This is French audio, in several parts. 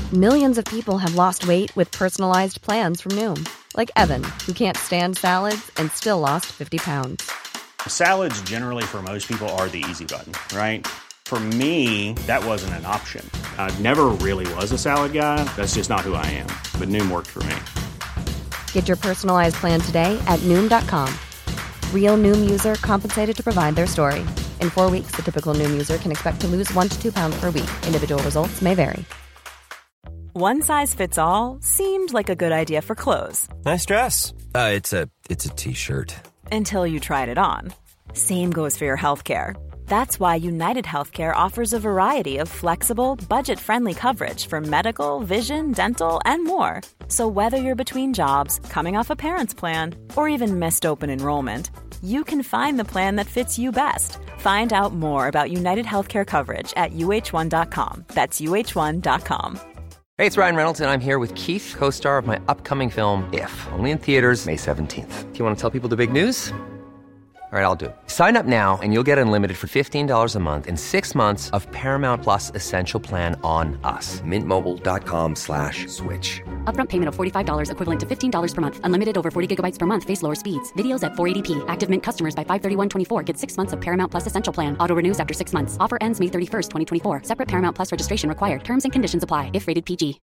Millions of people have lost weight with personalized plans from Noom. Like Evan, who can't stand salads and still lost 50 pounds. Salads generally for most people are the easy button, right? For me, that wasn't an option. I never really was a salad guy. That's just not who I am. But Noom worked for me. Get your personalized plan today at Noom.com. Real Noom user compensated to provide their story. In 4 weeks, the typical Noom user can expect to lose 1 to 2 pounds per week. Individual results may vary. One size fits all seemed like a good idea for clothes. Nice dress. It's a t-shirt. Until you tried it on. Same goes for your healthcare. That's why United Healthcare offers a variety of flexible, budget-friendly coverage for medical, vision, dental, and more. So whether you're between jobs, coming off a parent's plan, or even missed open enrollment, you can find the plan that fits you best. Find out more about United Healthcare coverage at uh1.com. That's uh1.com. Hey, it's Ryan Reynolds, and I'm here with Keith, co-star of my upcoming film, If, only in theaters May 17th. Do you want to tell people the big news? All right, I'll do it. Sign up now and you'll get unlimited for $15 a month and 6 months of Paramount Plus Essential Plan on us. MintMobile.com/switch. Upfront payment of $45 equivalent to $15 per month. Unlimited over 40 gigabytes per month. Face lower speeds. Videos at 480p. Active Mint customers by 531.24 get 6 months of Paramount Plus Essential Plan. Auto renews after 6 months. Offer ends May 31st, 2024. Separate Paramount Plus registration required. Terms and conditions apply if rated PG.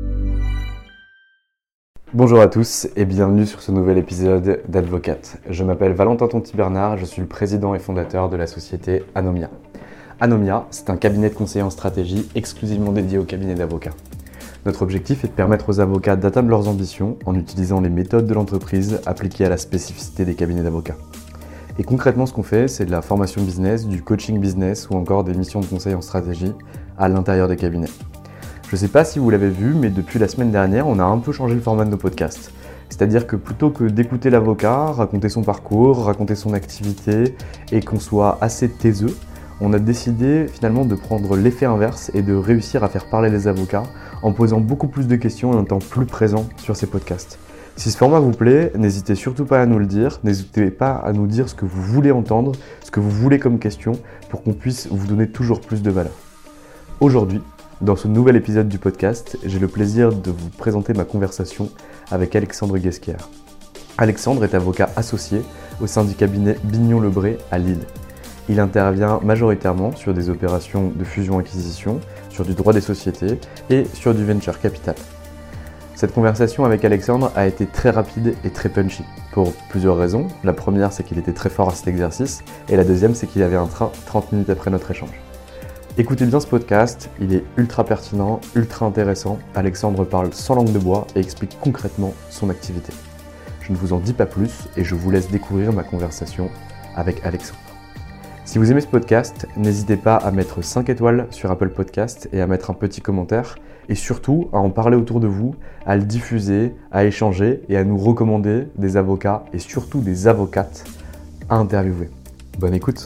Bonjour à tous et bienvenue sur ce nouvel épisode d'Advocate. Je m'appelle Valentin Tonti-Bernard, je suis le président et fondateur de la société Anomia. Anomia, c'est un cabinet de conseil en stratégie exclusivement dédié aux cabinets d'avocats. Notre objectif est de permettre aux avocats d'atteindre leurs ambitions en utilisant les méthodes de l'entreprise appliquées à la spécificité des cabinets d'avocats. Et concrètement, ce qu'on fait, c'est de la formation business, du coaching business ou encore des missions de conseil en stratégie à l'intérieur des cabinets. Je ne sais pas si vous l'avez vu, mais depuis la semaine dernière, on a un peu changé le format de nos podcasts. C'est-à-dire que plutôt que d'écouter l'avocat, raconter son parcours, raconter son activité et qu'on soit assez taiseux, on a décidé finalement de prendre l'effet inverse et de réussir à faire parler les avocats en posant beaucoup plus de questions et en étant plus présent sur ces podcasts. Si ce format vous plaît, n'hésitez surtout pas à nous le dire, n'hésitez pas à nous dire ce que vous voulez entendre, ce que vous voulez comme question pour qu'on puisse vous donner toujours plus de valeur. Aujourd'hui, dans ce nouvel épisode du podcast, j'ai le plaisir de vous présenter ma conversation avec Alexandre Guesquière. Alexandre est avocat associé au sein du cabinet Bignon-Lebray à Lille. Il intervient majoritairement sur des opérations de fusion-acquisition, sur du droit des sociétés et sur du venture capital. Cette conversation avec Alexandre a été très rapide et très punchy, pour plusieurs raisons. La première, c'est qu'il était très fort à cet exercice, et la deuxième, c'est qu'il avait un train 30 minutes après notre échange. Écoutez bien ce podcast, il est ultra pertinent, ultra intéressant. Alexandre parle sans langue de bois et explique concrètement son activité. Je ne vous en dis pas plus et je vous laisse découvrir ma conversation avec Alexandre. Si vous aimez ce podcast, n'hésitez pas à mettre 5 étoiles sur Apple Podcast et à mettre un petit commentaire. Et surtout, à en parler autour de vous, à le diffuser, à échanger et à nous recommander des avocats et surtout des avocates à interviewer. Bonne écoute!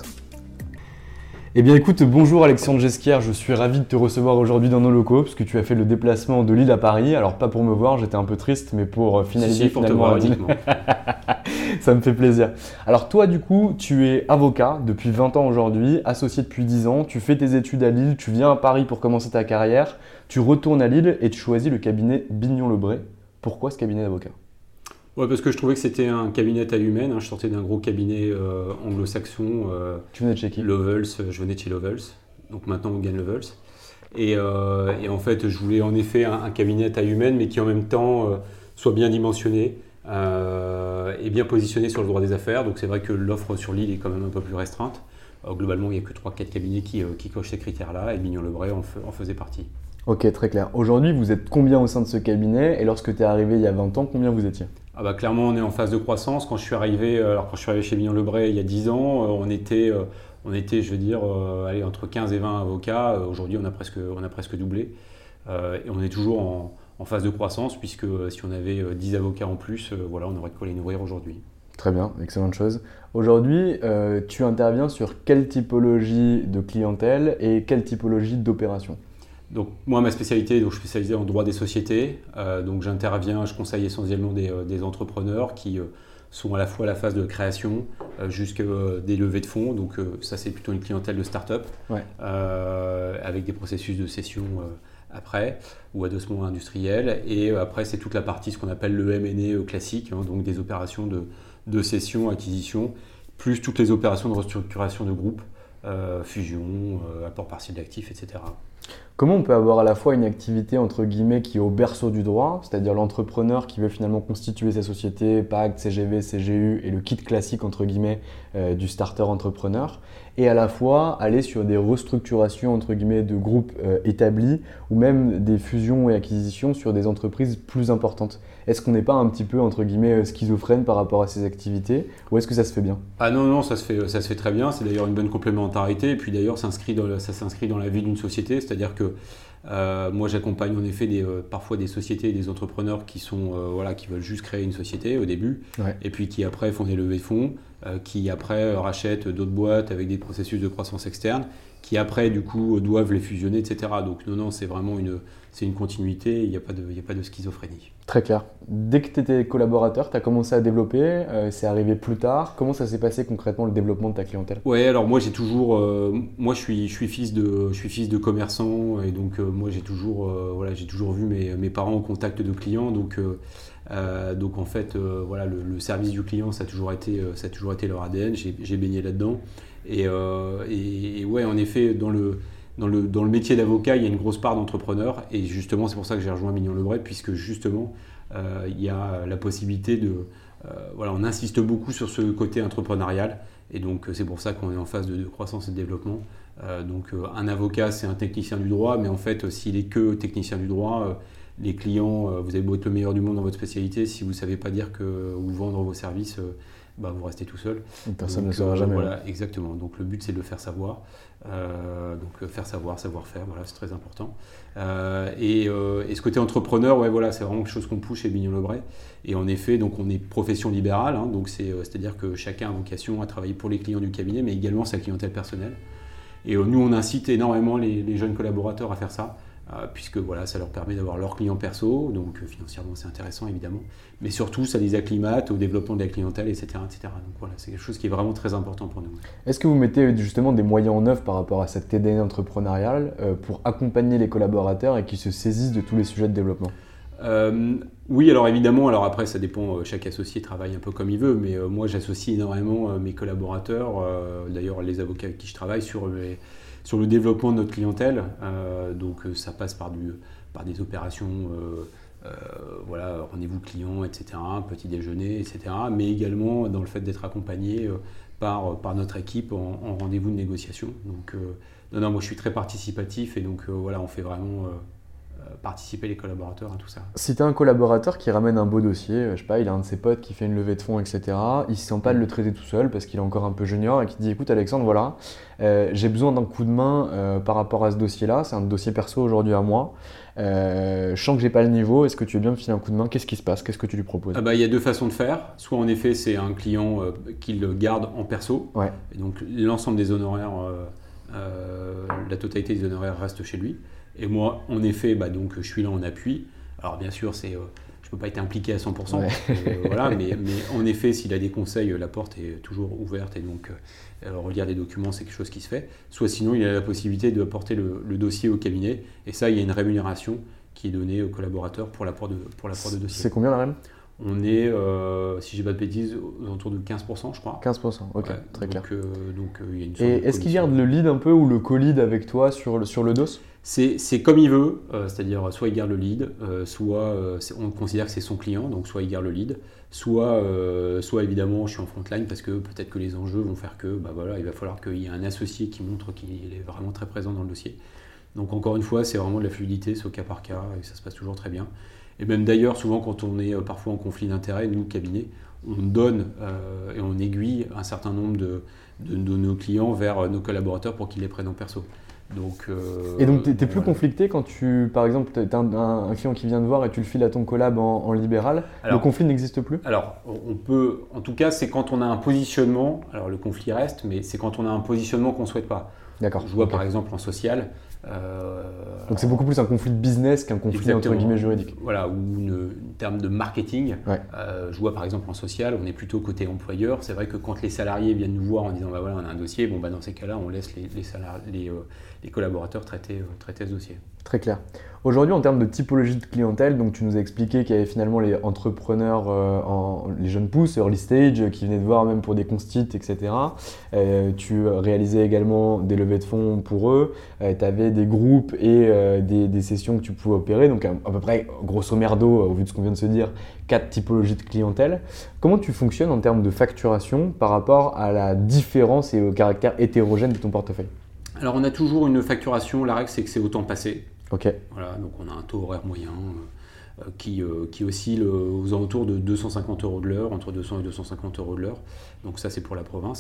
Eh bien écoute, bonjour Alexandre Guesquière, je suis ravi de te recevoir aujourd'hui dans nos locaux parce que tu as fait le déplacement de Lille à Paris. Alors pas pour me voir, j'étais un peu triste, mais pour finaliser pour te voir uniquement. Ça me fait plaisir. Alors toi du coup, tu es avocat depuis 20 ans aujourd'hui, associé depuis 10 ans, tu fais tes études à Lille, tu viens à Paris pour commencer ta carrière, tu retournes à Lille et tu choisis le cabinet Bignon-Lebray. Pourquoi ce cabinet d'avocat ? Ouais, parce que je trouvais que c'était un cabinet à taille humaine. Je sortais d'un gros cabinet anglo-saxon. Tu venais de chez qui ? Lovells, je venais de chez Lovells. Donc maintenant, on gagne Lovells. Et en fait, je voulais en effet un cabinet à taille humaine, mais qui en même temps soit bien dimensionné et bien positionné sur le droit des affaires. Donc c'est vrai que l'offre sur Lille est quand même un peu plus restreinte. Globalement, il n'y a que 3-4 cabinets qui cochent ces critères-là, et Bignon-Lebray en faisait partie. Ok, très clair. Aujourd'hui, vous êtes combien au sein de ce cabinet ? Et lorsque tu es arrivé il y a 20 ans, combien vous étiez ? Clairement, on est en phase de croissance. Quand je suis arrivé chez Bignon-Lebray il y a 10 ans, on était je veux dire, entre 15 et 20 avocats. Aujourd'hui, on a presque doublé. Et on est toujours en phase de croissance, puisque si on avait 10 avocats en plus, on aurait de quoi les nourrir aujourd'hui. Très bien, excellente chose. Aujourd'hui, tu interviens sur quelle typologie de clientèle et quelle typologie d'opération ? Donc moi, ma spécialité, je suis spécialisé en droit des sociétés. Donc je conseille essentiellement des entrepreneurs qui sont à la fois à la phase de création jusqu'à des levées de fonds. Donc ça, c'est plutôt une clientèle de start-up, ouais. Avec des processus de cession après, ou adossement industriel. Et après, c'est toute la partie, ce qu'on appelle le M&A classique, donc des opérations de cession, acquisition, plus toutes les opérations de restructuration de groupe, fusion, apport partiel d'actifs, etc. Comment on peut avoir à la fois une activité entre guillemets qui est au berceau du droit, c'est-à-dire l'entrepreneur qui veut finalement constituer sa société, pacte, CGV, CGU et le kit classique entre guillemets du starter entrepreneur, et à la fois aller sur des restructurations entre guillemets de groupes établis ou même des fusions et acquisitions sur des entreprises plus importantes. Est-ce qu'on n'est pas un petit peu entre guillemets schizophrène par rapport à ces activités ou est-ce que ça se fait bien ? Ah non, ça se fait très bien, c'est d'ailleurs une bonne complémentarité et puis d'ailleurs ça s'inscrit dans la vie d'une société, c'est-à-dire que moi j'accompagne en effet parfois des sociétés et des entrepreneurs qui veulent juste créer une société au début et puis qui après font des levées de fonds, qui après rachètent d'autres boîtes avec des processus de croissance externe, qui après du coup doivent les fusionner, etc. Donc non, c'est vraiment une continuité, il n'y a pas de schizophrénie. Très clair. Dès que tu étais collaborateur, tu as commencé à développer, c'est arrivé plus tard. Comment ça s'est passé concrètement le développement de ta clientèle ? Ouais, alors moi j'ai toujours, moi je suis fils de commerçant et donc moi j'ai toujours vu mes parents au contact de clients, donc en fait le service du client ça a toujours été leur ADN. J'ai baigné là-dedans et ouais, en effet dans le métier d'avocat, il y a une grosse part d'entrepreneurs et justement c'est pour ça que j'ai rejoint Mignon Lebret, puisque justement il y a la possibilité on insiste beaucoup sur ce côté entrepreneurial et donc c'est pour ça qu'on est en phase de croissance et de développement. Un avocat c'est un technicien du droit, mais en fait s'il est que technicien du droit, les clients, vous avez beau être le meilleur du monde dans votre spécialité, si vous ne savez pas dire ou vendre vos services, vous restez tout seul. Personne ne le saura jamais. Voilà, exactement. Donc le but c'est de le faire savoir. Faire savoir, savoir-faire, voilà, c'est très important. Et ce côté entrepreneur, c'est vraiment quelque chose qu'on pousse chez Mignon Lebret. Et en effet, donc on est profession libérale, donc c'est-à-dire que chacun a vocation à travailler pour les clients du cabinet, mais également sa clientèle personnelle. Et nous, on incite énormément les jeunes collaborateurs à faire ça. Puisque ça leur permet d'avoir leurs clients perso, donc financièrement c'est intéressant évidemment, mais surtout ça les acclimate au développement de la clientèle, etc. Donc voilà, c'est quelque chose qui est vraiment très important pour nous. Est-ce que vous mettez justement des moyens en œuvre par rapport à cette ADN entrepreneuriale pour accompagner les collaborateurs et qu'ils se saisissent de tous les sujets de développement ? Oui, alors évidemment, après ça dépend, chaque associé travaille un peu comme il veut, mais moi j'associe énormément mes collaborateurs, d'ailleurs les avocats avec qui je travaille, sur le développement de notre clientèle. Donc ça passe par des opérations, rendez-vous clients, etc., petit déjeuner, etc., mais également dans le fait d'être accompagné par notre équipe en rendez-vous de négociation. Donc moi je suis très participatif et donc on fait vraiment participer les collaborateurs à tout ça. Si tu as un collaborateur qui ramène un beau dossier, je sais pas, il a un de ses potes qui fait une levée de fonds, etc., il ne se sent pas de le traiter tout seul parce qu'il est encore un peu junior et qui dit écoute Alexandre, voilà, j'ai besoin d'un coup de main par rapport à ce dossier-là, c'est un dossier perso aujourd'hui à moi, je sens que j'ai pas le niveau, est-ce que tu veux bien me filer un coup de main ? Qu'est-ce qui se passe ? Qu'est-ce que tu lui proposes ? Il y a deux façons de faire, soit en effet c'est un client qui le garde en perso, et donc l'ensemble des honoraires, la totalité des honoraires reste chez lui. Et moi, en effet, donc, je suis là en appui. Alors bien sûr, je ne peux pas être impliqué à 100%, mais en effet, s'il a des conseils, la porte est toujours ouverte et donc relire des documents, c'est quelque chose qui se fait. Soit sinon, il a la possibilité de porter le dossier au cabinet et ça, il y a une rémunération qui est donnée aux collaborateurs pour l'apport de dossier. C'est combien la REM ? On est, si je ne dis pas de bêtises, autour de 15%, je crois. 15%, ok, très clair. Donc, il y a une et est-ce qu'il garde le lead un peu ou le co-lead avec toi sur le dos ? C'est comme il veut, c'est-à-dire soit il garde le lead, soit on considère que c'est son client, donc soit il garde le lead, soit évidemment je suis en front line parce que peut-être que les enjeux vont faire que il va falloir qu'il y ait un associé qui montre qu'il est vraiment très présent dans le dossier. Donc encore une fois, c'est vraiment de la fluidité, c'est au cas par cas et ça se passe toujours très bien. Et même d'ailleurs, souvent quand on est parfois en conflit d'intérêts, nous, cabinet, on donne et on aiguille un certain nombre de nos clients vers nos collaborateurs pour qu'ils les prennent en perso. Et donc tu es plus conflicté quand par exemple, tu as un client qui vient te voir et tu le files à ton collab en libéral, le conflit n'existe plus ? Alors on peut, en tout cas c'est quand on a un positionnement, alors le conflit reste, mais c'est quand on a un positionnement qu'on ne souhaite pas. D'accord. Je vois par exemple en social, Donc c'est beaucoup plus un conflit de business qu'un conflit entre guillemets juridique. Voilà, ou en termes de marketing. Ouais. Je vois par exemple en social, on est plutôt côté employeur. C'est vrai que quand les salariés viennent nous voir en disant voilà, on a un dossier, dans ces cas-là, on laisse les collaborateurs traiter ce dossier. Très clair. Aujourd'hui, en termes de typologie de clientèle, donc tu nous as expliqué qu'il y avait finalement les entrepreneurs, les jeunes pousses, early stage, qui venaient te voir même pour des constits, etc. Tu réalisais également des levées de fonds pour eux. Tu avais des groupes et des sessions que tu pouvais opérer. Donc à peu près, grosso merdo, au vu de ce qu'on vient de se dire, 4 typologies de clientèle. Comment tu fonctionnes en termes de facturation par rapport à la différence et au caractère hétérogène de ton portefeuille? Alors on a toujours une facturation, la règle c'est que c'est au temps passé. Ok. Voilà, donc on a un taux horaire moyen qui oscille aux alentours de 250 € de l'heure, entre 200 et 250 € de l'heure. Donc ça c'est pour la province.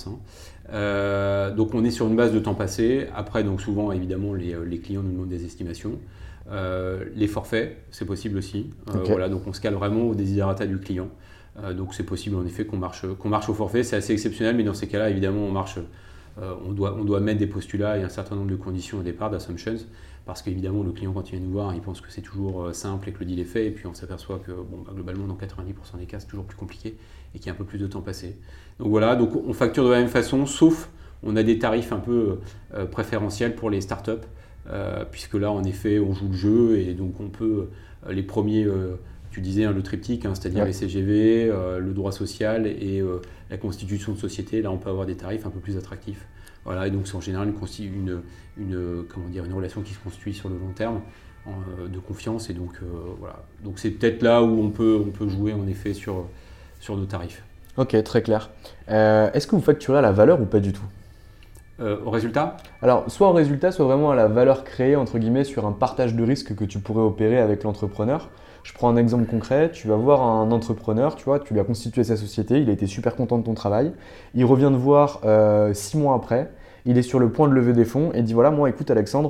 Donc on est sur une base de temps passé. Après donc souvent évidemment les clients nous demandent des estimations. Les forfaits, c'est possible aussi. Okay. Voilà, donc on se cale vraiment au desiderata du client. Donc c'est possible en effet qu'on marche au forfait. C'est assez exceptionnel, mais dans ces cas-là évidemment on doit mettre des postulats et un certain nombre de conditions au départ, d'assumptions, parce qu'évidemment le client quand il vient nous voir, il pense que c'est toujours simple et que le deal est fait, et puis on s'aperçoit que globalement dans 90% des cas c'est toujours plus compliqué et qu'il y a un peu plus de temps passé. Donc voilà, donc on facture de la même façon, sauf on a des tarifs un peu préférentiels pour les startups, puisque là en effet on joue le jeu et donc on peut les premiers... tu disais le triptyque, c'est-à-dire les CGV, le droit social et la constitution de société. Là, on peut avoir des tarifs un peu plus attractifs. Voilà, et donc c'est en général une relation qui se constitue sur le long terme, de confiance. Et donc voilà. Donc c'est peut-être là où on peut jouer en effet sur nos tarifs. Ok, très clair. Est-ce que vous facturez à la valeur ou pas du tout ? Au résultat ? Alors, soit au résultat, soit vraiment à la valeur créée, entre guillemets, sur un partage de risque que tu pourrais opérer avec l'entrepreneur. Je prends un exemple concret, tu vas voir un entrepreneur, tu lui as constitué sa société, il a été super content de ton travail, il revient te voir 6 mois après, il est sur le point de lever des fonds et dit voilà, moi écoute Alexandre,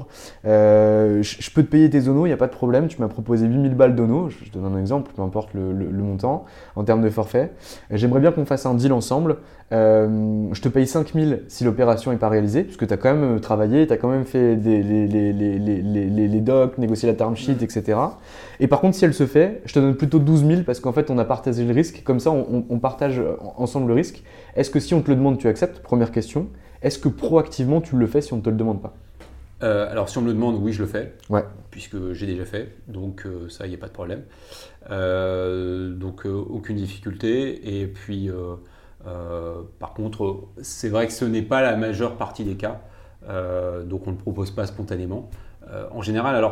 je peux te payer tes ONO, il n'y a pas de problème, tu m'as proposé 8000 balles d'ONO, je te donne un exemple, peu importe le montant en termes de forfait, j'aimerais bien qu'on fasse un deal ensemble, je te paye 5000 si l'opération n'est pas réalisée, puisque tu as quand même travaillé, tu as quand même fait les docs, négocié la term sheet, etc. Et par contre, si elle se fait, je te donne plutôt 12 000 parce qu'en fait, on a partagé le risque. Comme ça, on partage ensemble le risque. Est-ce que si on te le demande, tu acceptes ? Première question. Est-ce que proactivement, tu le fais si on ne te le demande pas ? Alors, si on me le demande, oui, je le fais. Ouais. Puisque j'ai déjà fait. Donc, ça, il n'y a pas de problème. Donc, aucune difficulté. Et puis, par contre, c'est vrai que ce n'est pas la majeure partie des cas. Donc, on ne le propose pas spontanément. En général, alors,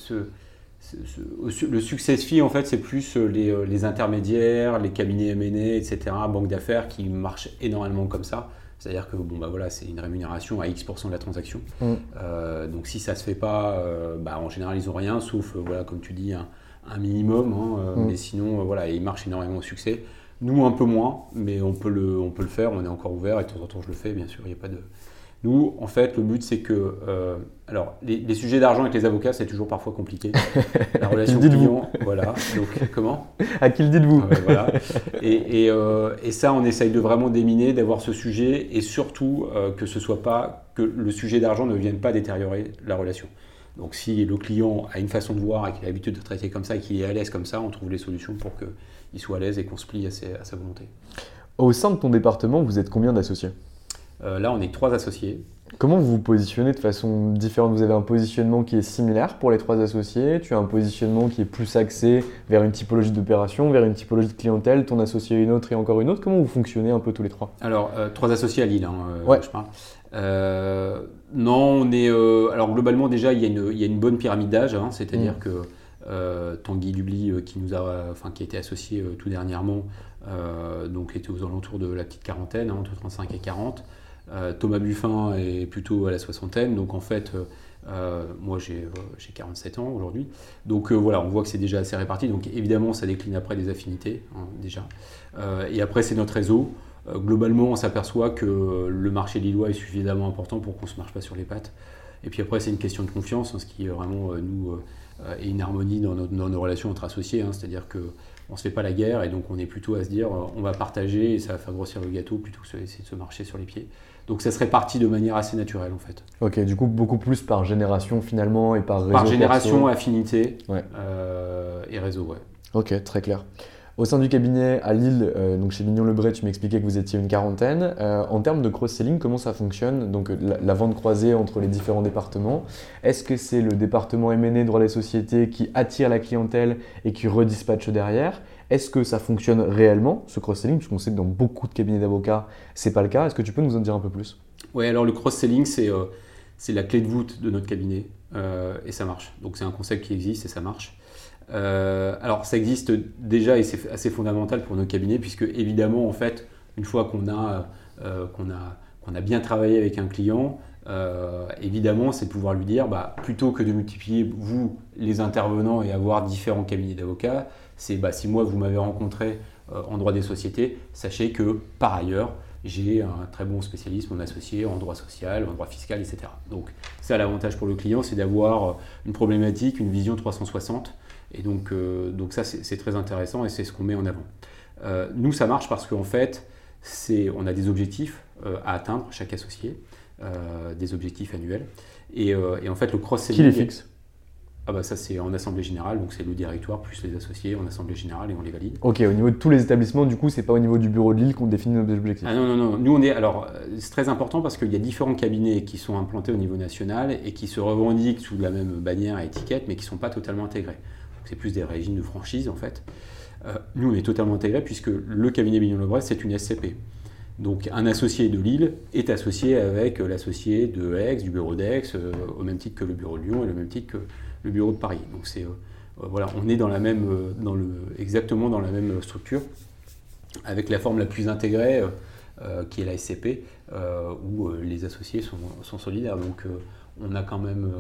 le success fee, en fait, c'est plus les intermédiaires, les cabinets M&A, etc., banques d'affaires qui marchent énormément comme ça. C'est-à-dire que c'est une rémunération à X% de la transaction. Donc si ça ne se fait pas, en général, ils n'ont rien, sauf, comme tu dis, un minimum. Mais sinon, ils marchent énormément au succès. Nous, un peu moins, mais on peut le faire. On est encore ouvert et de temps en temps, je le fais, bien sûr. Il n'y a pas de... Nous, en fait, le but, c'est que... alors, les sujets d'argent avec les avocats, c'est toujours parfois compliqué. La relation client, voilà. Donc, comment ? À qui le dites-vous ? Voilà. Et ça, on essaye de vraiment déminer, d'avoir ce sujet, et surtout que le sujet d'argent ne vienne pas détériorer la relation. Donc, si le client a une façon de voir et qu'il a l'habitude de traiter comme ça et qu'il est à l'aise comme ça, on trouve les solutions pour qu'il soit à l'aise et qu'on se plie à sa volonté. Au sein de ton département, vous êtes combien d'associés ? Là, on est 3 associés. Comment vous vous positionnez de façon différente ? Vous avez un positionnement qui est similaire pour les 3 associés, tu as un positionnement qui est plus axé vers une typologie d'opération, vers une typologie de clientèle, ton associé une autre et encore une autre. Comment vous fonctionnez un peu tous les 3 ? Alors, 3 associés à Lille, ouais. Je parle. Non, on est... alors, globalement, déjà, il y a une bonne pyramide d'âge, c'est-à-dire que Tanguy Dubly, qui a été associé tout dernièrement, donc était aux alentours de la petite quarantaine, entre 35 et 40. Thomas Buffin est plutôt à la soixantaine, donc en fait, moi j'ai 47 ans aujourd'hui. Donc on voit que c'est déjà assez réparti, donc évidemment ça décline après des affinités, déjà. Et après c'est notre réseau. Globalement, on s'aperçoit que le marché lillois est suffisamment important pour qu'on ne se marche pas sur les pattes Et puis après, c'est une question de confiance, ce qui vraiment est une harmonie dans nos relations entre associés. C'est-à-dire qu'on ne se fait pas la guerre et donc on est plutôt à se dire on va partager et ça va faire grossir le gâteau plutôt que d'essayer de se marcher sur les pieds. Donc ça se répartit de manière assez naturelle en fait. Ok, du coup beaucoup plus par génération finalement et par réseau. Par génération, perso. Affinité ouais. Et réseau, ouais. Ok, très clair. Au sein du cabinet à Lille, donc chez Mignon-Lebray, tu m'expliquais que vous étiez une quarantaine. En termes de cross-selling, comment ça fonctionne? Donc la vente croisée entre les différents départements. Est-ce que c'est le département M&A droit des sociétés qui attire la clientèle et qui redispatche derrière? Est-ce que ça fonctionne réellement, ce cross-selling? Puisqu'on sait que dans beaucoup de cabinets d'avocats, c'est pas le cas. Est-ce que tu peux nous en dire un peu plus? Oui, alors le cross-selling, c'est la clé de voûte de notre cabinet et ça marche. Donc c'est un concept qui existe et ça marche. Alors ça existe déjà et c'est assez fondamental pour nos cabinets puisque évidemment en fait une fois qu'on a bien travaillé avec un client, évidemment c'est de pouvoir lui dire plutôt que de multiplier vous les intervenants et avoir différents cabinets d'avocats, c'est si moi vous m'avez rencontré en droit des sociétés, sachez que par ailleurs j'ai un très bon spécialiste, mon associé en droit social, en droit fiscal, etc. Donc ça l'avantage pour le client, c'est d'avoir une problématique, une vision 360. Et donc ça, c'est très intéressant et c'est ce qu'on met en avant. Nous, ça marche parce qu'en fait, on a des objectifs à atteindre, chaque associé, des objectifs annuels. Et en fait, le cross-selling… Qui les fixe? Ça, c'est en assemblée générale, donc c'est le directoire plus les associés en assemblée générale et on les valide. Ok, au niveau de tous les établissements, du coup, c'est pas au niveau du bureau de Lille qu'on définit nos objectifs? Ah non. Nous, c'est très important parce qu'il y a différents cabinets qui sont implantés au niveau national et qui se revendiquent sous la même bannière et étiquette, mais qui ne sont pas totalement intégrés. C'est plus des régimes de franchise en fait. Nous, on est totalement intégrés puisque le cabinet Mignon-Lebray, c'est une SCP. Donc un associé de Lille est associé avec l'associé de Aix, du bureau d'Aix, au même titre que le bureau de Lyon et au même titre que le bureau de Paris. Donc on est exactement dans la même structure, avec la forme la plus intégrée qui est la SCP, où les associés sont solidaires. Donc on a quand même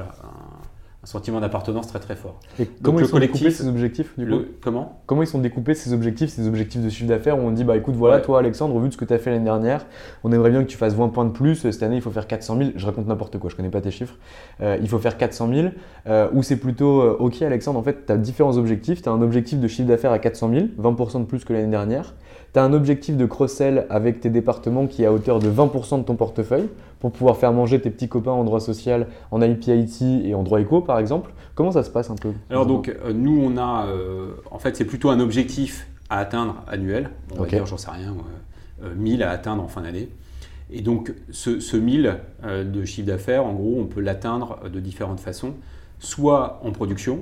un sentiment d'appartenance très très fort. Et comment ils sont découpés ces objectifs du coup? Comment ils sont découpés ces objectifs de chiffre d'affaires où on dit écoute voilà toi Alexandre, au vu de ce que tu as fait l'année dernière, on aimerait bien que tu fasses 20 points de plus, cette année il faut faire 400 000, je raconte n'importe quoi, je connais pas tes chiffres, il faut faire 400 000, ou c'est plutôt ok Alexandre, en fait tu as différents objectifs, tu as un objectif de chiffre d'affaires à 400 000, 20% de plus que l'année dernière, tu as un objectif de cross-sell avec tes départements qui est à hauteur de 20% de ton portefeuille pour pouvoir faire manger tes petits copains en droit social, en IP/IT et en droit éco par exemple. Comment ça se passe un peu? Alors donc nous on a, en fait c'est plutôt un objectif à atteindre annuel, on va dire j'en sais rien, 1000 à atteindre en fin d'année. Et donc ce 1000 de chiffre d'affaires, en gros on peut l'atteindre de différentes façons, soit en production,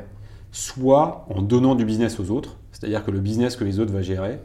soit en donnant du business aux autres, c'est-à-dire que le business que les autres vont gérer,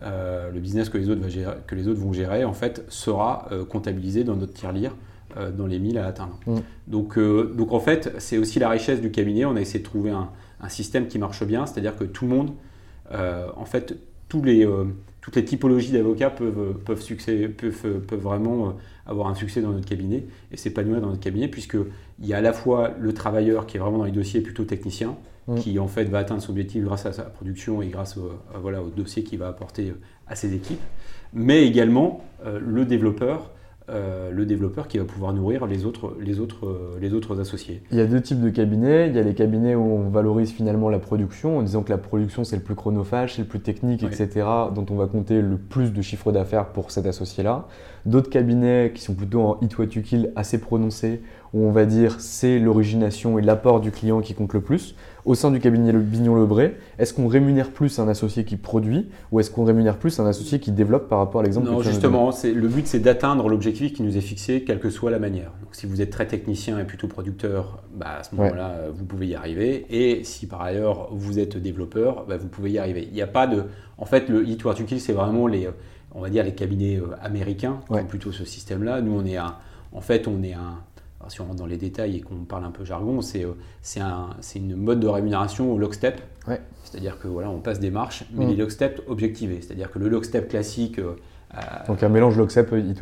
vont gérer en fait sera comptabilisé dans notre tirelire dans les 1000 à atteindre. Donc en fait c'est aussi la richesse du cabinet, on a essayé de trouver un système qui marche bien, c'est-à-dire que tout le monde, en fait toutes les typologies d'avocats peuvent vraiment avoir un succès dans notre cabinet et s'épanouir dans notre cabinet puisqu'il y a à la fois le travailleur qui est vraiment dans les dossiers plutôt technicien, qui en fait va atteindre son objectif grâce à sa production et grâce au dossier qu'il va apporter à ses équipes, mais également le développeur qui va pouvoir nourrir les autres associés. Il y a deux types de cabinets. Il y a les cabinets où on valorise finalement la production en disant que la production c'est le plus chronophage, c'est le plus technique, etc., dont on va compter le plus de chiffre d'affaires pour cet associé-là. D'autres cabinets qui sont plutôt en hit what you kill assez prononcés, où on va dire c'est l'origination et l'apport du client qui compte le plus. Au sein du cabinet Mignon-Lebray, est-ce qu'on rémunère plus un associé qui produit ou est-ce qu'on rémunère plus un associé qui développe par rapport à l'exemple que tu as donné? Non, justement, le but c'est d'atteindre l'objectif qui nous est fixé, quelle que soit la manière. Donc, si vous êtes très technicien et plutôt producteur, à ce moment-là, vous pouvez y arriver. Et si par ailleurs vous êtes développeur, vous pouvez y arriver. Il n'y a pas de… En fait, le hit what you kill, c'est vraiment les cabinets américains qui ont plutôt ce système-là. Nous, on est alors, si on rentre dans les détails et qu'on parle un peu jargon, c'est une mode de rémunération au lockstep. C'est-à-dire que on passe des marches, mais les lockstep objectivés. C'est-à-dire que le lockstep classique… Donc un mélange lockstep hit what you kill.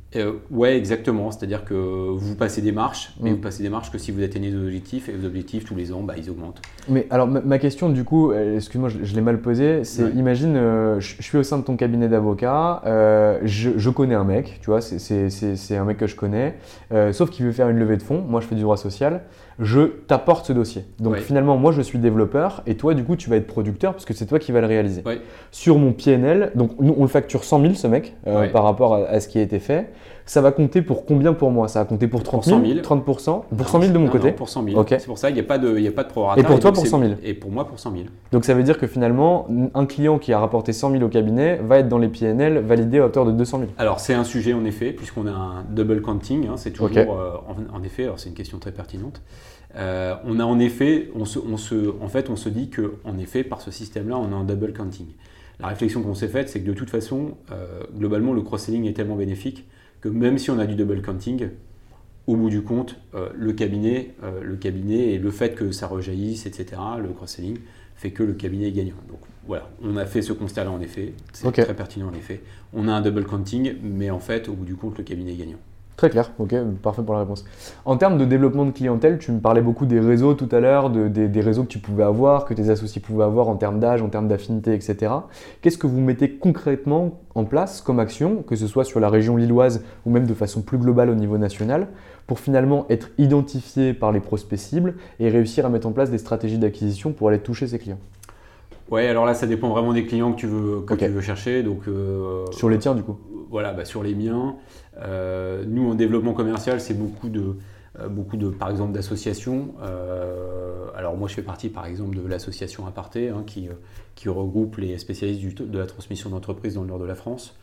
Ouais, exactement. C'est-à-dire que vous passez des marches, mais vous passez des marches que si vous atteignez des objectifs, et vos objectifs, tous les ans, ils augmentent. Mais alors, ma question, du coup, excuse-moi, je l'ai mal posée, c'est imagine, je suis au sein de ton cabinet d'avocat, je connais un mec, tu vois, c'est un mec que je connais, sauf qu'il veut faire une levée de fonds, moi je fais du droit social, je t'apporte ce dossier. Donc finalement, moi je suis développeur et toi, du coup, tu vas être producteur parce que c'est toi qui vas le réaliser. Sur mon PNL, donc nous, on le facture 100 000 ce mec par rapport à ce qui a été fait. Ça va compter pour combien pour moi? Ça va compter pour 30 000, 30%? Pour 100 000 de mon côté? Non, pour 100 000. Okay. C'est pour ça qu'il n'y a pas de prorata. Et pour toi, pour 100 000? Et pour moi, pour 100 000. Donc ça veut dire que finalement, un client qui a rapporté 100 000 au cabinet va être dans les PNL validé à hauteur de 200 000. Alors c'est un sujet en effet, puisqu'on a un double counting, c'est toujours en effet, alors c'est une question très pertinente. On a en effet, on se dit que en effet, par ce système-là, on a un double counting. La réflexion qu'on s'est faite, c'est que de toute façon, globalement, le cross-selling est tellement bénéfique que même si on a du double counting, au bout du compte, le cabinet et le fait que ça rejaillisse, etc., le cross-selling, fait que le cabinet est gagnant. Donc voilà, on a fait ce constat-là en effet, c'est très pertinent en effet. On a un double counting, mais en fait, au bout du compte, le cabinet est gagnant. Très clair, ok, parfait pour la réponse. En termes de développement de clientèle, tu me parlais beaucoup des réseaux tout à l'heure, des réseaux que tu pouvais avoir, que tes associés pouvaient avoir en termes d'âge, en termes d'affinité, etc. Qu'est-ce que vous mettez concrètement en place comme action, que ce soit sur la région lilloise ou même de façon plus globale au niveau national, pour finalement être identifié par les prospects cibles et réussir à mettre en place des stratégies d'acquisition pour aller toucher ces clients? Ouais, alors là, ça dépend vraiment des clients que tu veux chercher. Donc, sur les tiens, du coup? Voilà, sur les miens. Nous, en développement commercial, c'est beaucoup de par exemple, d'associations. Alors moi, je fais partie, par exemple, de l'association Aparté, qui regroupe les spécialistes de la transmission d'entreprise dans le nord de la France.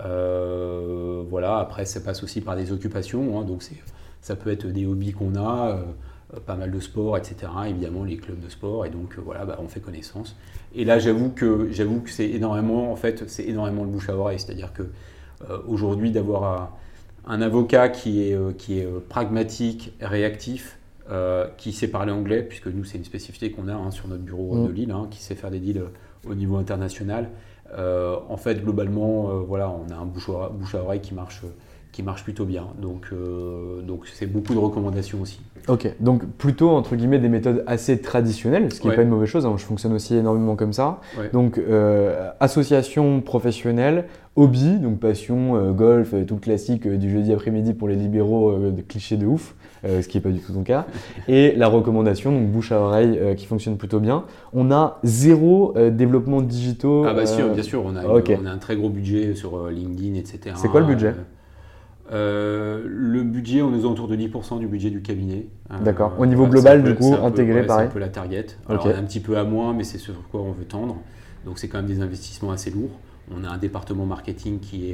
Voilà, après, ça passe aussi par des occupations. Donc, ça peut être des hobbies qu'on a, pas mal de sport, etc. Évidemment, les clubs de sport. Et donc, on fait connaissance. Et là, j'avoue que c'est énormément, le bouche à oreille. C'est-à-dire que aujourd'hui, d'avoir un avocat qui est pragmatique, réactif, qui sait parler anglais, puisque nous, c'est une spécificité qu'on a sur notre bureau de Lille, qui sait faire des deals au niveau international. En fait, globalement, on a un bouche à oreille qui marche plutôt bien. Donc c'est beaucoup de recommandations aussi. Ok, donc plutôt entre guillemets des méthodes assez traditionnelles, ce qui n'est pas une mauvaise chose, je fonctionne aussi énormément comme ça. Donc association professionnelle, hobby, donc passion, golf, tout le classique du jeudi après-midi pour les libéraux, de clichés de ouf, ce qui n'est pas du tout ton cas. Et la recommandation, donc bouche à oreille, qui fonctionne plutôt bien. On a zéro développement digitaux. Ah bah sûr, bien sûr, on a un très gros budget sur LinkedIn, etc. C'est quoi le budget? Le budget, on est autour de 10% du budget du cabinet. D'accord. Au niveau global, du coup, intégré, pareil. C'est un peu la target. Alors, on est un petit peu à moins, mais c'est sur quoi on veut tendre. Donc, c'est quand même des investissements assez lourds. On a un département marketing qui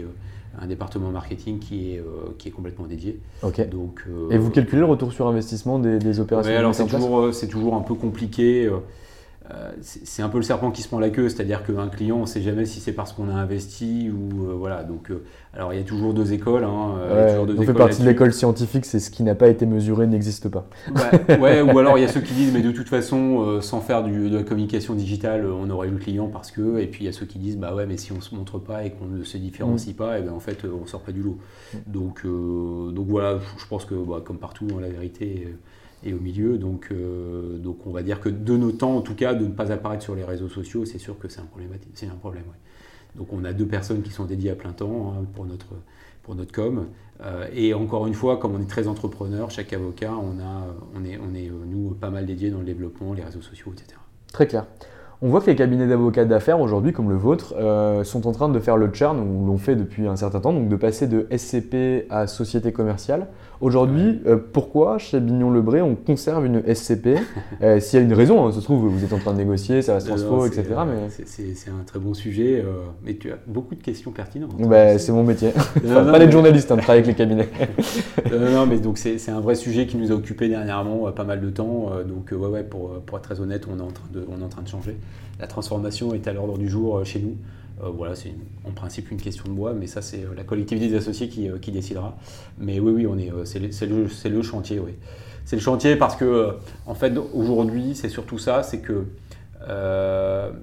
est complètement dédié. Ok. Donc, et vous calculez le retour sur investissement des opérations? Alors, c'est toujours un peu compliqué. C'est un peu le serpent qui se prend la queue, c'est-à-dire qu'un client, on ne sait jamais si c'est parce qu'on a investi ou voilà. Donc, alors il y a toujours deux écoles. On fait partie de l'école scientifique, c'est ce qui n'a pas été mesuré n'existe pas. Ouais, ou alors il y a ceux qui disent mais de toute façon, sans faire de la communication digitale, on aurait eu le client parce que. Et puis il y a ceux qui disent bah ouais, mais si on se montre pas et qu'on ne se différencie pas, et ben en fait on sort pas du lot. Donc voilà, je pense que comme partout, la vérité est au milieu, donc on va dire que de nos temps, en tout cas, de ne pas apparaître sur les réseaux sociaux, c'est sûr que c'est un problème. Ouais. Donc on a 2 personnes qui sont dédiées à plein temps pour notre com. Et encore une fois, comme on est très entrepreneur, chaque avocat, on est nous pas mal dédiés dans le développement, les réseaux sociaux, etc. Très clair. On voit que les cabinets d'avocats d'affaires aujourd'hui, comme le vôtre, sont en train de faire le churn, ou l'ont fait depuis un certain temps, donc de passer de SCP à société commerciale. Aujourd'hui, pourquoi chez Bignon-Lebré on conserve une SCP S'il y a une raison, ça se trouve, vous êtes en train de négocier, ça va se transfo, etc. Mais... C'est un très bon sujet, mais tu as beaucoup de questions pertinentes. C'est mon métier. Pas d'être journaliste, de travailler avec les cabinets. Non, mais donc c'est un vrai sujet qui nous a occupé dernièrement pas mal de temps. Donc pour être très honnête, on est en train de changer. La transformation est à l'ordre du jour chez nous. C'est en principe une question de bois, mais ça c'est la collectivité des associés qui décidera. Mais oui, c'est le chantier. Oui. C'est le chantier parce que en fait aujourd'hui c'est surtout ça, c'est que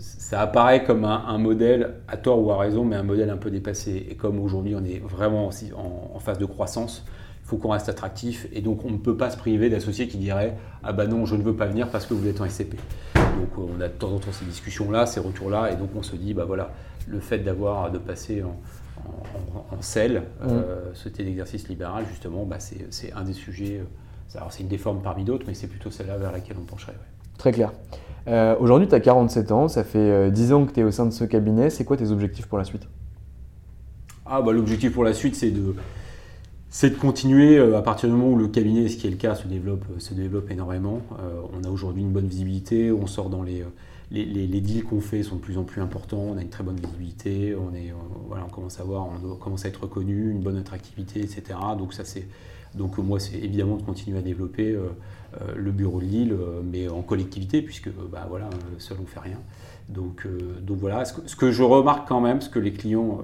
ça apparaît comme un modèle, à tort ou à raison, mais un modèle un peu dépassé. Et comme aujourd'hui on est vraiment aussi en phase de croissance, il faut qu'on reste attractif. Et donc on ne peut pas se priver d'associés qui diraient « Ah bah non, je ne veux pas venir parce que vous êtes en SCP ». Donc on a de temps en temps ces discussions-là, ces retours-là, et donc on se dit, bah voilà, le fait de passer en selle, ce type d'exercice libéral, justement, bah c'est un des sujets. Alors c'est une des formes parmi d'autres, mais c'est plutôt celle-là vers laquelle on pencherait. Ouais. Très clair. Aujourd'hui, tu as 47 ans, ça fait 10 ans que tu es au sein de ce cabinet. C'est quoi tes objectifs pour la suite ? L'objectif pour la suite, c'est de continuer à partir du moment où le cabinet, ce qui est le cas, se développe énormément. On a aujourd'hui une bonne visibilité, on sort dans les deals qu'on fait sont de plus en plus importants, on a une très bonne visibilité, on commence à être reconnu, une bonne attractivité, etc. Donc moi, c'est évidemment de continuer à développer le bureau de Lille, mais en collectivité, puisque seul on ne fait rien. Donc voilà, ce que je remarque quand même, ce que les clients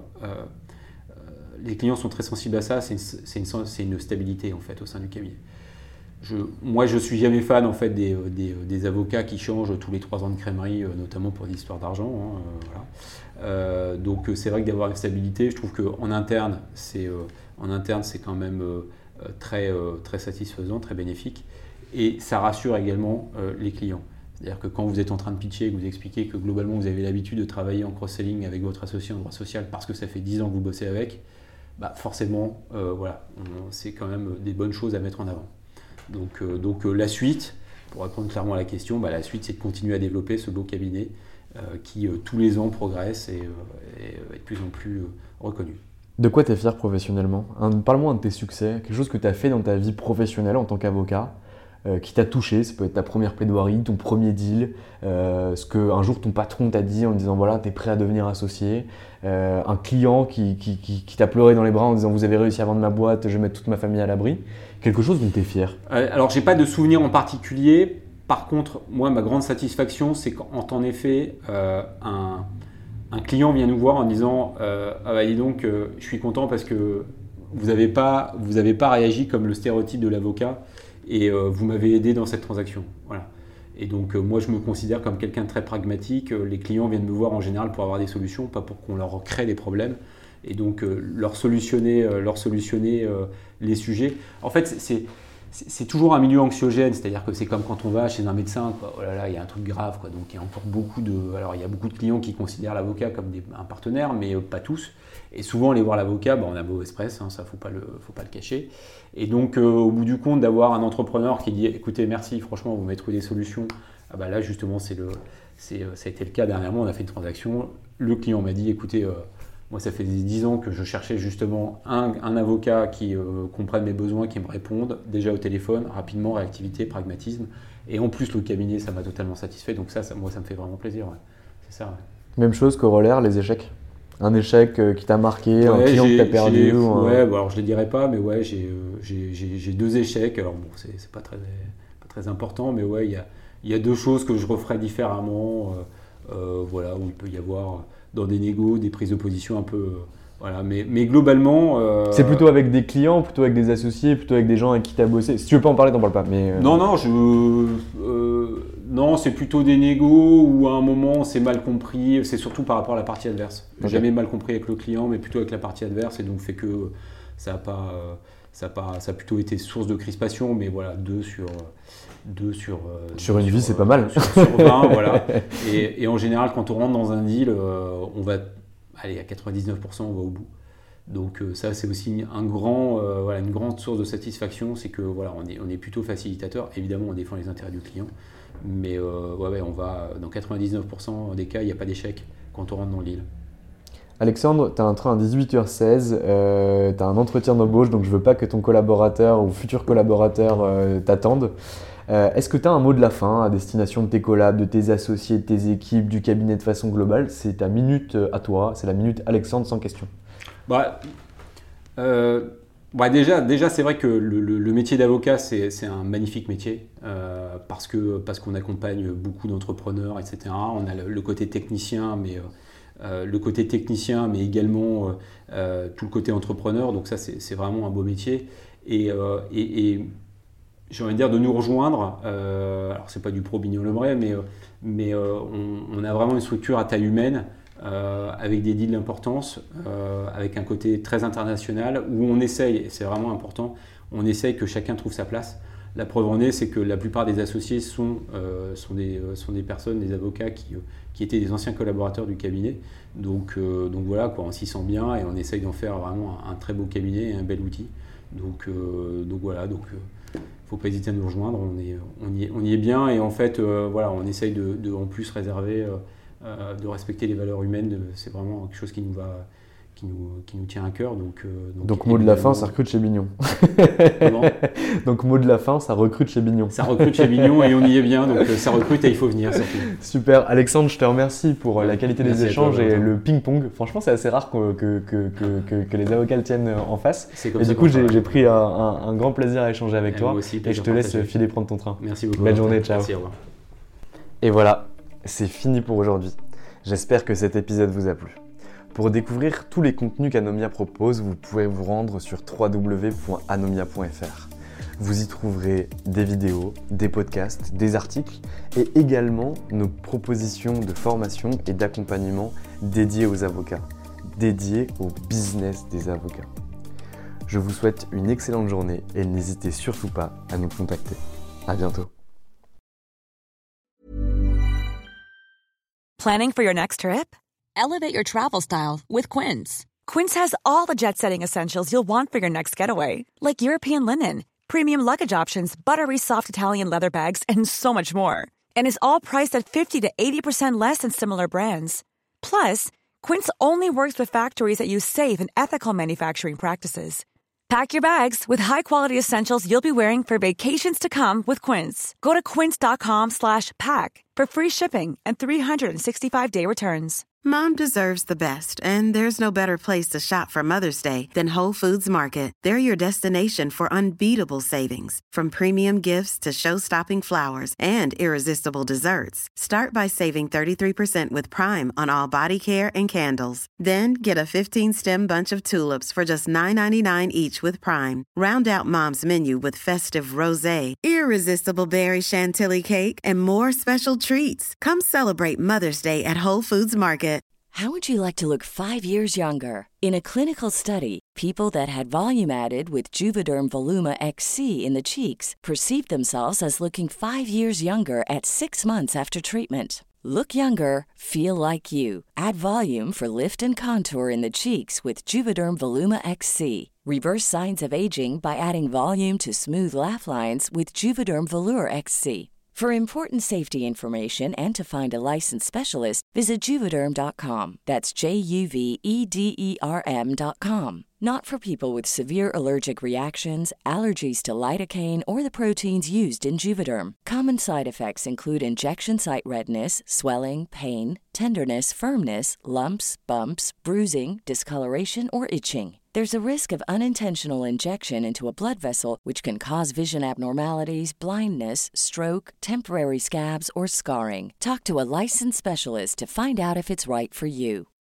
sont très sensibles à ça, c'est une stabilité en fait au sein du cabinet. Moi, je suis jamais fan en fait des avocats qui changent tous les 3 ans de crèmerie, notamment pour des histoires d'argent. Voilà. Donc c'est vrai que d'avoir une stabilité, je trouve qu'en interne, c'est quand même très satisfaisant, très bénéfique, et ça rassure également les clients. C'est-à-dire que quand vous êtes en train de pitcher et que vous expliquez que globalement vous avez l'habitude de travailler en cross-selling avec votre associé en droit social parce que ça fait 10 ans que vous bossez avec, forcément, c'est quand même des bonnes choses à mettre en avant. Donc la suite, pour répondre clairement à la question, la suite c'est de continuer à développer ce beau cabinet qui tous les ans progresse et est de plus en plus reconnu. De quoi tu es fier professionnellement ? Parle-moi de tes succès, quelque chose que tu as fait dans ta vie professionnelle en tant qu'avocat, qui t'a touché. Ça peut être ta première plaidoirie, ton premier deal, ce qu'un jour ton patron t'a dit en disant voilà, t'es prêt à devenir associé, un client qui t'a pleuré dans les bras en disant vous avez réussi à vendre ma boîte, je vais mettre toute ma famille à l'abri. Quelque chose dont tu es fier. Alors j'ai pas de souvenir en particulier. Par contre, moi ma grande satisfaction c'est quand en effet un client vient nous voir en disant dis donc je suis content parce que vous avez pas réagi comme le stéréotype de l'avocat et vous m'avez aidé dans cette transaction. Voilà. Et donc moi je me considère comme quelqu'un de très pragmatique. Les clients viennent me voir en général pour avoir des solutions, pas pour qu'on leur crée des problèmes. Et donc leur solutionner les sujets. En fait c'est toujours un milieu anxiogène, c'est-à-dire que c'est comme quand on va chez un médecin, quoi. Oh là là, il y a un truc grave, quoi. Donc il y a encore il y a beaucoup de clients qui considèrent l'avocat comme un partenaire, mais pas tous. Et souvent aller voir l'avocat, on a mauvaise presse, ça faut pas le cacher. Et donc au bout du compte, d'avoir un entrepreneur qui dit écoutez, merci, franchement vous m'avez trouvé des solutions. Là justement ça a été le cas dernièrement, on a fait une transaction. Le client m'a dit écoutez, moi, ça fait 10 ans que je cherchais justement un avocat qui comprenne mes besoins, qui me réponde, déjà au téléphone, rapidement, réactivité, pragmatisme. Et en plus, le cabinet, ça m'a totalement satisfait. Donc moi, ça me fait vraiment plaisir. Ouais. C'est ça. Ouais. Même chose, corollaire, les échecs. Un échec qui t'a marqué, un client que t'as perdu alors je ne les dirais pas, mais ouais, j'ai 2 échecs. Alors bon, c'est pas très important, mais ouais, il y a 2 choses que je referais différemment. Où il peut y avoir dans des négos, des prises de position un peu... mais globalement... C'est plutôt avec des clients, plutôt avec des associés, plutôt avec des gens avec qui tu as bossé. Si tu veux pas en parler, t'en parles pas. Mais Non, c'est plutôt des négos où à un moment c'est mal compris. C'est surtout par rapport à la partie adverse. Okay. Jamais mal compris avec le client, mais plutôt avec la partie adverse. Et donc fait que ça a plutôt été source de crispation. Mais voilà, 2 sur une vie, c'est pas mal. Sur 20, voilà. Et en général, quand on rentre dans un deal, on va aller à 99%, on va au bout. Donc ça, c'est aussi une grande source de satisfaction, c'est que on est plutôt facilitateur. Évidemment, on défend les intérêts du client, mais on va dans 99% des cas, il n'y a pas d'échec quand on rentre dans le deal. Alexandre, tu as un train à 18h16, tu as un entretien d'embauche, donc je veux pas que ton collaborateur ou futur collaborateur t'attende. Est-ce que tu as un mot de la fin à destination de tes collabs, de tes associés, de tes équipes, du cabinet de façon globale ? C'est ta minute à toi, c'est la minute Alexandre sans question. Déjà c'est vrai que le métier d'avocat, c'est un magnifique métier parce qu'on accompagne beaucoup d'entrepreneurs, etc. On a le côté technicien, mais également tout le côté entrepreneur. Donc ça, c'est vraiment un beau métier. Et j'ai envie de dire de nous rejoindre. Alors c'est pas du pro Bignon-Lebray, mais on a vraiment une structure à taille humaine avec des deals d'importance, avec un côté très international où on essaye, et c'est vraiment important, on essaye que chacun trouve sa place. La preuve en est, c'est que la plupart des associés sont des personnes, des avocats qui étaient des anciens collaborateurs du cabinet. Donc voilà, quoi, on s'y sent bien et on essaye d'en faire vraiment un très beau cabinet et un bel outil. Donc voilà, faut pas hésiter à nous rejoindre, on y est bien et en fait, voilà, on essaye de en plus réserver, de respecter les valeurs humaines, c'est vraiment quelque chose qui nous va, qui nous tient à cœur. Donc mot de la fin, ça recrute chez Bignon. Comment ? Donc mot de la fin, ça recrute chez Bignon. Ça recrute chez Bignon et on y est bien, donc ça recrute et il faut venir surtout. Super, Alexandre, je te remercie pour la qualité des échanges toi, et le ping-pong. Franchement, c'est assez rare que les avocats le tiennent en face. C'est comme et ça du coup, j'ai pris un grand plaisir à échanger avec toi. Moi aussi, et je te laisse filer prendre ton train. Merci beaucoup. Belle journée, ciao. Merci, au revoir. Et voilà, c'est fini pour aujourd'hui. J'espère que cet épisode vous a plu. Pour découvrir tous les contenus qu'Anomia propose, vous pouvez vous rendre sur www.anomia.fr. Vous y trouverez des vidéos, des podcasts, des articles et également nos propositions de formation et d'accompagnement dédiées aux avocats, dédiées au business des avocats. Je vous souhaite une excellente journée et n'hésitez surtout pas à nous contacter. À bientôt. Planning for your next trip? Elevate your travel style with Quince. Quince has all the jet-setting essentials you'll want for your next getaway, like European linen, premium luggage options, buttery soft Italian leather bags, and so much more. And is all priced at 50 to 80% less than similar brands. Plus, Quince only works with factories that use safe and ethical manufacturing practices. Pack your bags with high-quality essentials you'll be wearing for vacations to come with Quince. Go to quince.com/pack for free shipping and 365-day returns. Mom deserves the best, and there's no better place to shop for Mother's Day than Whole Foods Market. They're your destination for unbeatable savings, from premium gifts to show-stopping flowers and irresistible desserts. Start by saving 33% with Prime on all body care and candles. Then get a 15-stem bunch of tulips for just $9.99 each with Prime. Round out Mom's menu with festive rosé, irresistible berry chantilly cake, and more special treats. Come celebrate Mother's Day at Whole Foods Market. How would you like to look 5 years younger? In a clinical study, people that had volume added with Juvederm Voluma XC in the cheeks perceived themselves as looking 5 years younger at 6 months after treatment. Look younger, feel like you. Add volume for lift and contour in the cheeks with Juvederm Voluma XC. Reverse signs of aging by adding volume to smooth laugh lines with Juvederm Volure XC. For important safety information and to find a licensed specialist, visit Juvederm.com. That's JUVEDERM.com. Not for people with severe allergic reactions, allergies to lidocaine, or the proteins used in Juvederm. Common side effects include injection site redness, swelling, pain, tenderness, firmness, lumps, bumps, bruising, discoloration, or itching. There's a risk of unintentional injection into a blood vessel, which can cause vision abnormalities, blindness, stroke, temporary scabs, or scarring. Talk to a licensed specialist to find out if it's right for you.